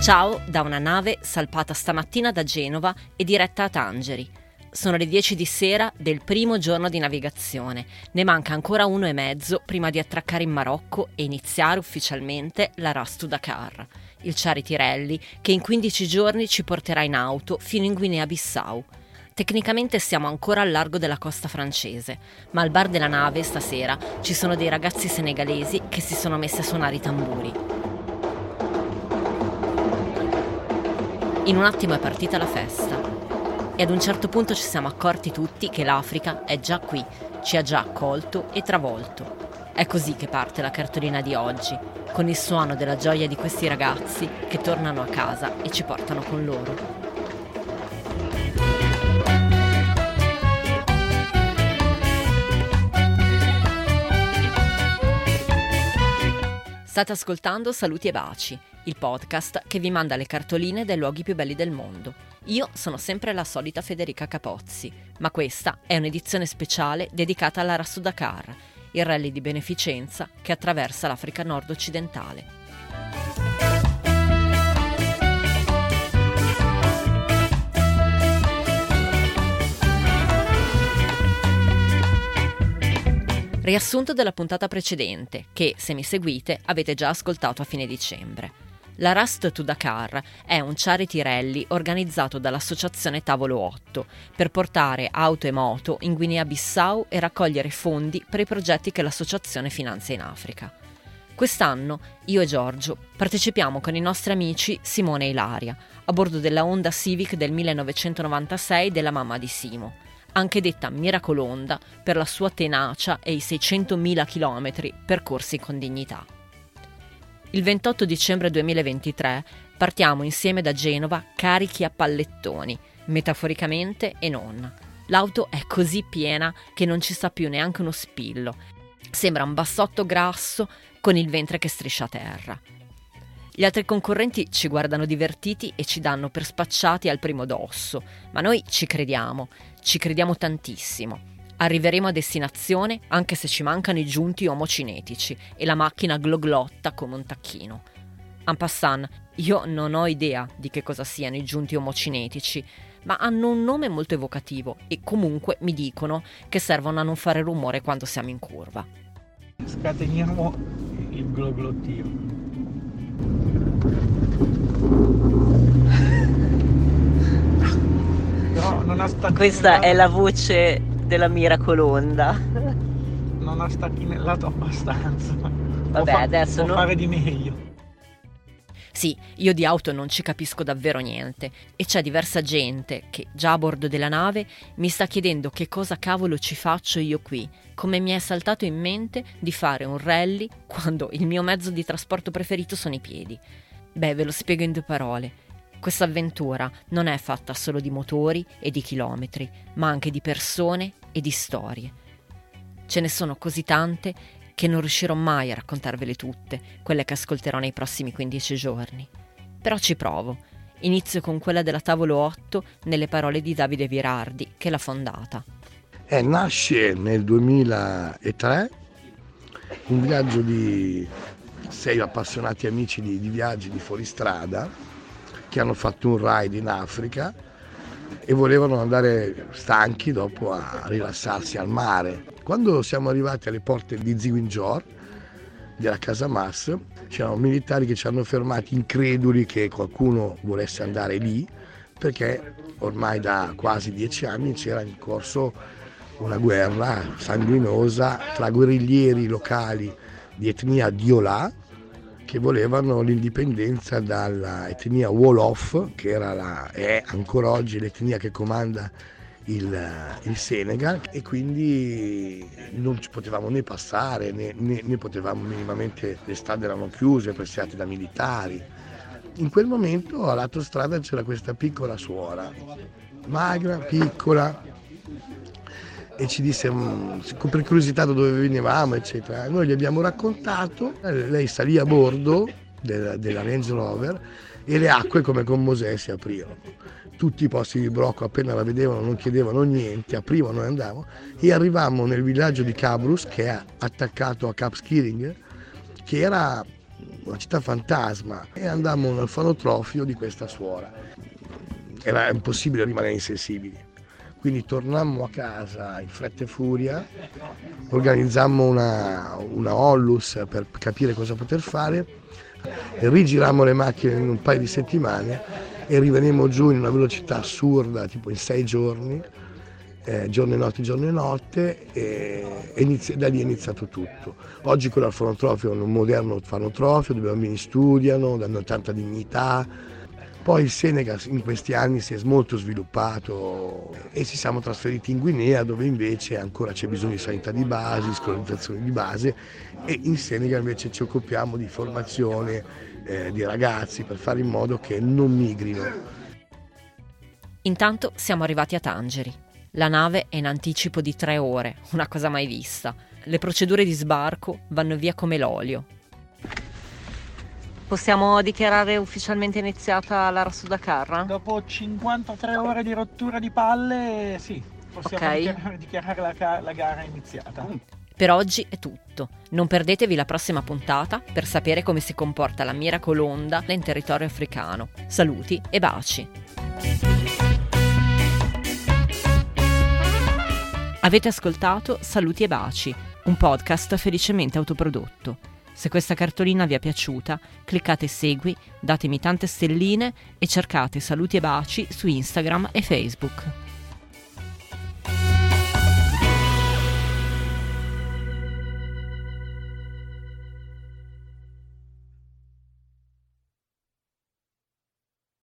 Ciao da una nave salpata stamattina da Genova e diretta a Tangeri. Sono le 10 di sera del primo giorno di navigazione. Ne manca ancora 1 e mezzo prima di attraccare in Marocco e iniziare ufficialmente la Ras to Dakar, il Charity Rally che in 15 giorni ci porterà in auto fino in Guinea-Bissau. Tecnicamente siamo ancora al largo della costa francese, ma al bar della nave stasera ci sono dei ragazzi senegalesi che si sono messi a suonare i tamburi. In un attimo è partita la festa. E ad un certo punto ci siamo accorti tutti che l'Africa è già qui, ci ha già accolto e travolto. È così che parte la cartolina di oggi, con il suono della gioia di questi ragazzi che tornano a casa e ci portano con loro. State ascoltando Saluti e Baci, il podcast che vi manda le cartoline dai luoghi più belli del mondo. Io sono sempre la solita Federica Capozzi, ma questa è un'edizione speciale dedicata alla Ras to Dakar, il rally di beneficenza che attraversa l'Africa nord-occidentale. Riassunto della puntata precedente, che, se mi seguite, avete già ascoltato a fine dicembre. La Ras to Dakar è un charity rally organizzato dall'associazione Tavolo 8 per portare auto e moto in Guinea-Bissau e raccogliere fondi per i progetti che l'associazione finanzia in Africa. Quest'anno io e Giorgio partecipiamo con i nostri amici Simone e Ilaria a bordo della Honda Civic del 1996 della mamma di Simo, anche detta Miracolonda per la sua tenacia e i 600.000 chilometri percorsi con dignità. Il 28 dicembre 2023 partiamo insieme da Genova carichi a pallettoni, metaforicamente e non. L'auto è così piena che non ci sta più neanche uno spillo. Sembra un bassotto grasso con il ventre che striscia a terra. Gli altri concorrenti ci guardano divertiti e ci danno per spacciati al primo dosso, ma noi ci crediamo tantissimo. Arriveremo a destinazione anche se ci mancano i giunti omocinetici e la macchina gloglotta come un tacchino. En passant, io non ho idea di che cosa siano i giunti omocinetici, ma hanno un nome molto evocativo e comunque mi dicono che servono a non fare rumore quando siamo in curva. Scateniamo il gloglottio. No, non ha stacchinellato. Questa è la voce della Miracolonda. Non ha stacchinellato abbastanza. Vabbè, adesso può fare di meglio. Sì, io di auto non ci capisco davvero niente e c'è diversa gente che, già a bordo della nave, mi sta chiedendo che cosa cavolo ci faccio io qui, come mi è saltato in mente di fare un rally quando il mio mezzo di trasporto preferito sono i piedi. Beh, ve lo spiego in 2 parole. Questa avventura non è fatta solo di motori e di chilometri, ma anche di persone e di storie. Ce ne sono così tante che non riuscirò mai a raccontarvele tutte, quelle che ascolterò nei prossimi 15 giorni. Però ci provo. Inizio con quella della Tavolo 8 nelle parole di Davide Virardi, che l'ha fondata. Nasce nel 2003 un viaggio di 6 appassionati amici di viaggi di fuoristrada che hanno fatto un ride in Africa e volevano andare stanchi dopo a rilassarsi al mare. Quando siamo arrivati alle porte di Ziguinchor, della Casa Mas, c'erano militari che ci hanno fermati increduli che qualcuno volesse andare lì, perché ormai da quasi 10 anni c'era in corso una guerra sanguinosa tra guerriglieri locali di etnia Diola che volevano l'indipendenza dall'etnia Wolof, che è ancora oggi l'etnia che comanda il Senegal, e quindi non ci potevamo né passare né potevamo minimamente, le strade erano chiuse, presidiate da militari. In quel momento a lato strada c'era questa piccola suora, magra, piccola, e ci disse per curiosità da dove venivamo, eccetera. Noi gli abbiamo raccontato, lei salì a bordo della Range Rover e le acque come con Mosè si aprirono. Tutti i posti di brocco appena la vedevano non chiedevano niente, aprivano e andavano, e arrivammo nel villaggio di Kabrus, che è attaccato a Cap Skirring, che era una città fantasma, e andammo all'orfanotrofio di questa suora. Era impossibile rimanere insensibili. Quindi tornammo a casa in fretta e furia, organizzammo una Ollus per capire cosa poter fare, rigirammo le macchine in un paio di settimane e rivenemmo giù in una velocità assurda, tipo in 6 giorni, giorno e notte, e da lì è iniziato tutto. Oggi quell'orfanotrofio è un moderno orfanotrofio dove i bambini studiano, danno tanta dignità. Poi il Senegal in questi anni si è molto sviluppato e ci siamo trasferiti in Guinea, dove invece ancora c'è bisogno di sanità di base, di scolarizzazione di base, e in Senegal invece ci occupiamo di formazione di ragazzi per fare in modo che non migrino. Intanto siamo arrivati a Tangeri. La nave è in anticipo di 3 ore, una cosa mai vista. Le procedure di sbarco vanno via come l'olio. Possiamo dichiarare ufficialmente iniziata la Race to Dakar? Dopo 53 ore di rottura di palle, sì, possiamo dichiarare la gara iniziata. Per oggi è tutto. Non perdetevi la prossima puntata per sapere come si comporta la Miracle Honda in territorio africano. Saluti e baci. Avete ascoltato Saluti e baci, un podcast felicemente autoprodotto. Se questa cartolina vi è piaciuta, cliccate segui, datemi tante stelline e cercate Saluti e baci su Instagram e Facebook.